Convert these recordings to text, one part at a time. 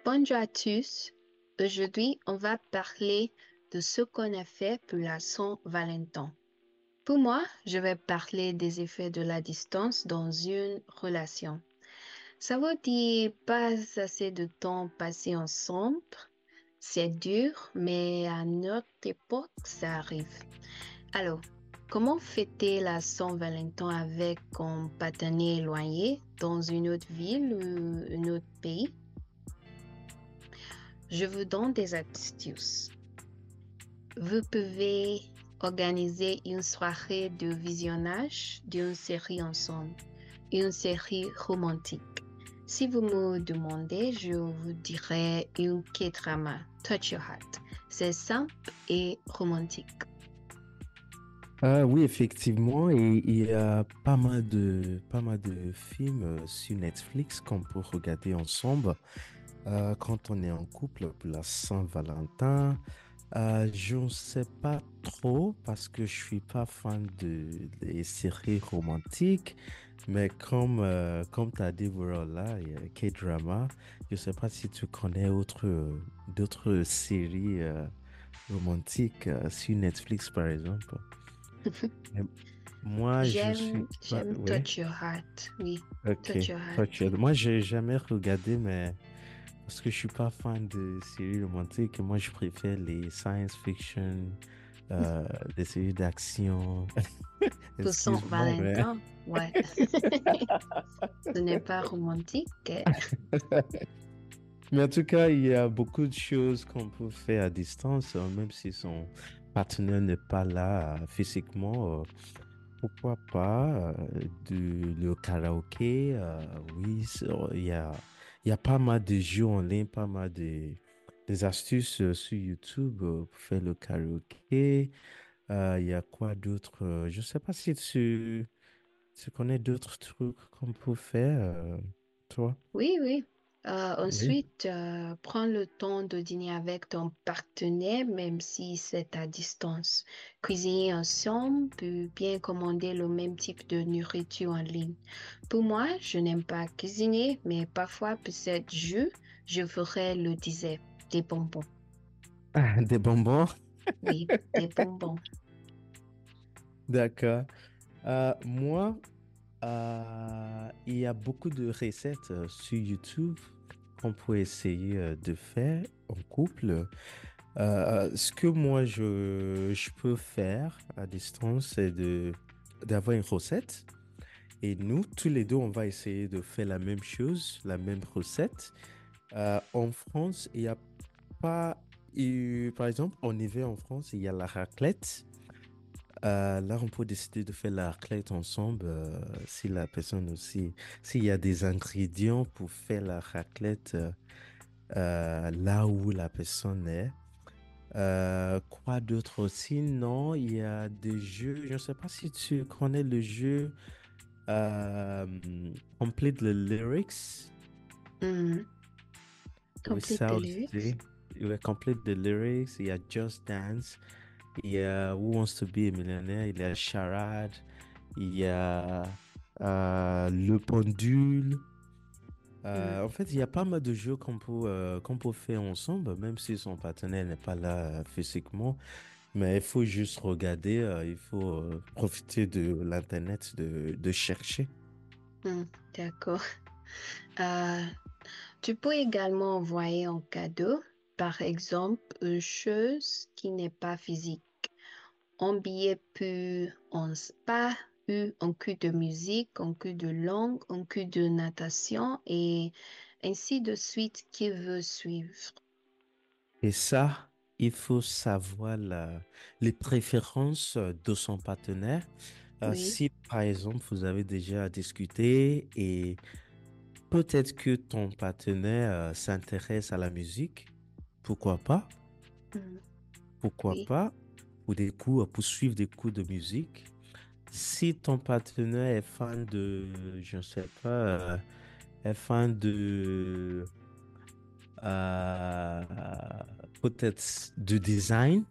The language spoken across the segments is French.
Bonjour à tous. Aujourd'hui, on va parler de ce qu'on a fait pour la Saint-Valentin. Pour moi, je vais parler des effets de la distance dans une relation. Ça veut dire pas assez de temps passé ensemble. C'est dur, mais à notre époque, ça arrive. Alors, comment fêter la Saint-Valentin avec un partenaire éloigné dans une autre ville ou un autre pays? Je vous donne des astuces. Vous pouvez organiser une soirée de visionnage d'une série ensemble, une série romantique. Si vous me demandez, je vous dirais une K-drama, Touch Your Heart. C'est simple et romantique. Oui, effectivement, et il y a pas mal de films sur Netflix qu'on peut regarder ensemble quand on est en couple pour la Saint-Valentin. Je ne sais pas trop parce que je suis pas fan des séries romantiques, mais comme tu as dit, voilà, il y a K-drama. Je ne sais pas si tu connais d'autres séries romantiques sur Netflix, par exemple. Mais moi, je suis pas. J'aime Oui, Touch Your Heart. Oui, ok. Touch Your Toi, Heart. moi, j'ai jamais regardé, mais parce que je suis pas fan de séries romantiques, moi, je préfère les science fiction, euh, les séries d'action. Pour Excuse-moi, mais. Saint-Valentin, ouais. Ce n'est pas romantique. Mais en tout cas, il y a beaucoup de choses qu'on peut faire à distance, même si son partenaire n'est pas là physiquement. Pourquoi pas le karaoké, oui, il y a pas mal de jeux en ligne, pas mal des astuces sur YouTube pour faire le karaoké. Il y a quoi d'autre? Je sais pas si tu connais d'autres trucs qu'on peut faire, toi. Oui, oui. Oui. Ensuite, prends le temps de dîner avec ton partenaire, même si c'est à distance. Cuisiner ensemble, puis bien commander le même type de nourriture en ligne. Pour moi, je n'aime pas cuisiner, mais parfois, pour cette jeu, je ferai le dessert, des bonbons. Ah, des bonbons? Oui, des bonbons. D'accord. Moi, il y a beaucoup de recettes sur YouTube qu'on peut essayer de faire en couple. Ce que moi, je peux faire à distance, c'est d'avoir une recette. Et nous, tous les deux, on va essayer de faire la même chose, la même recette. En France, il n'y a pas... par exemple, en hiver en France, il y a la raclette. Là, on peut décider de faire la raclette ensemble si la personne aussi, s'il y a des ingrédients pour faire la raclette là où la personne est. Quoi d'autre aussi? Non, il y a des jeux. Je ne sais pas si tu connais le jeu Complete the Lyrics. Mhm. Oui, Complete ça the aussi. lyrics. Oui, Complete the Lyrics. Il y a Just Dance. Il y a Who Wants to Be a Millionaire. Il y a Charade. Il y a Le Pendule. Mhm. En fait, il y a pas mal de jeux qu'on peut faire ensemble, même si son partenaire n'est pas là physiquement. Mais il faut juste regarder, il faut profiter de l'Internet, de chercher. Mhm. D'accord. Euh, Tu peux également envoyer en cadeau, par exemple, une chose qui n'est pas physique. Un billet pour un spa, ou un cours de musique, un cours de langue, un cours de natation et ainsi de suite qui veut suivre. Et ça, il faut savoir les préférences de son partenaire. Oui. Si, par exemple, vous avez déjà discuté et peut-être que ton partenaire s'intéresse à la musique, pourquoi pas? Mhm. Pourquoi Oui. pas? Pour des cours, pour suivre des cours de musique. Si ton partenaire est fan de, je ne sais pas, est fan de euh, peut-être de design,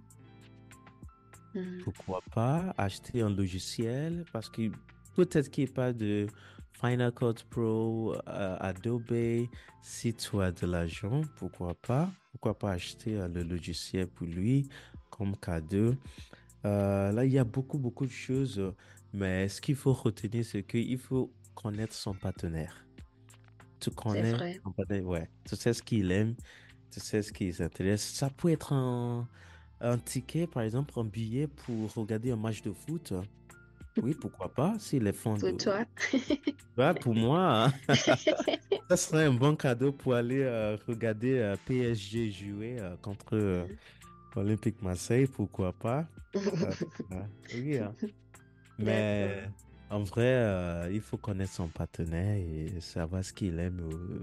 Mhm. pourquoi pas acheter un logiciel parce que peut-être qu'il n'y a pas de Final Cut Pro, Adobe. Si tu as de l'argent, pourquoi pas? Pourquoi pas acheter le logiciel pour lui comme cadeau? Là, il y a beaucoup de choses, mais ce qu'il faut retenir, c'est qu'il faut connaître son partenaire. Tu C'est connais vrai. ton partenaire, ouais. Tu sais ce qu'il aime, tu sais ce qui s'intéresse. Ça peut être un ticket, par exemple, un billet pour regarder un match de foot. Oui, pourquoi pas, s'il est fan Pour de... toi. Ouais, pour moi, ça serait un bon cadeau pour aller regarder PSG jouer contre Olympique Marseille, pourquoi pas. Euh, oui, hein. D'accord. Mais en vrai, il faut connaître son partenaire et savoir ce qu'il aime,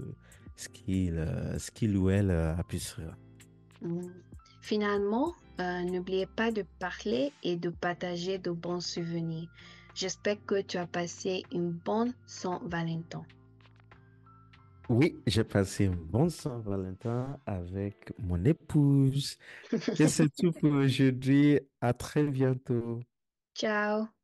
ce qu'il ou elle appréciera. Mm. Finalement, n'oubliez pas de parler et de partager de bons souvenirs. J'espère que tu as passé une bonne Saint-Valentin. Oui, j'ai passé un bon Saint-Valentin avec mon épouse. Et c'est tout pour aujourd'hui. À très bientôt. Ciao.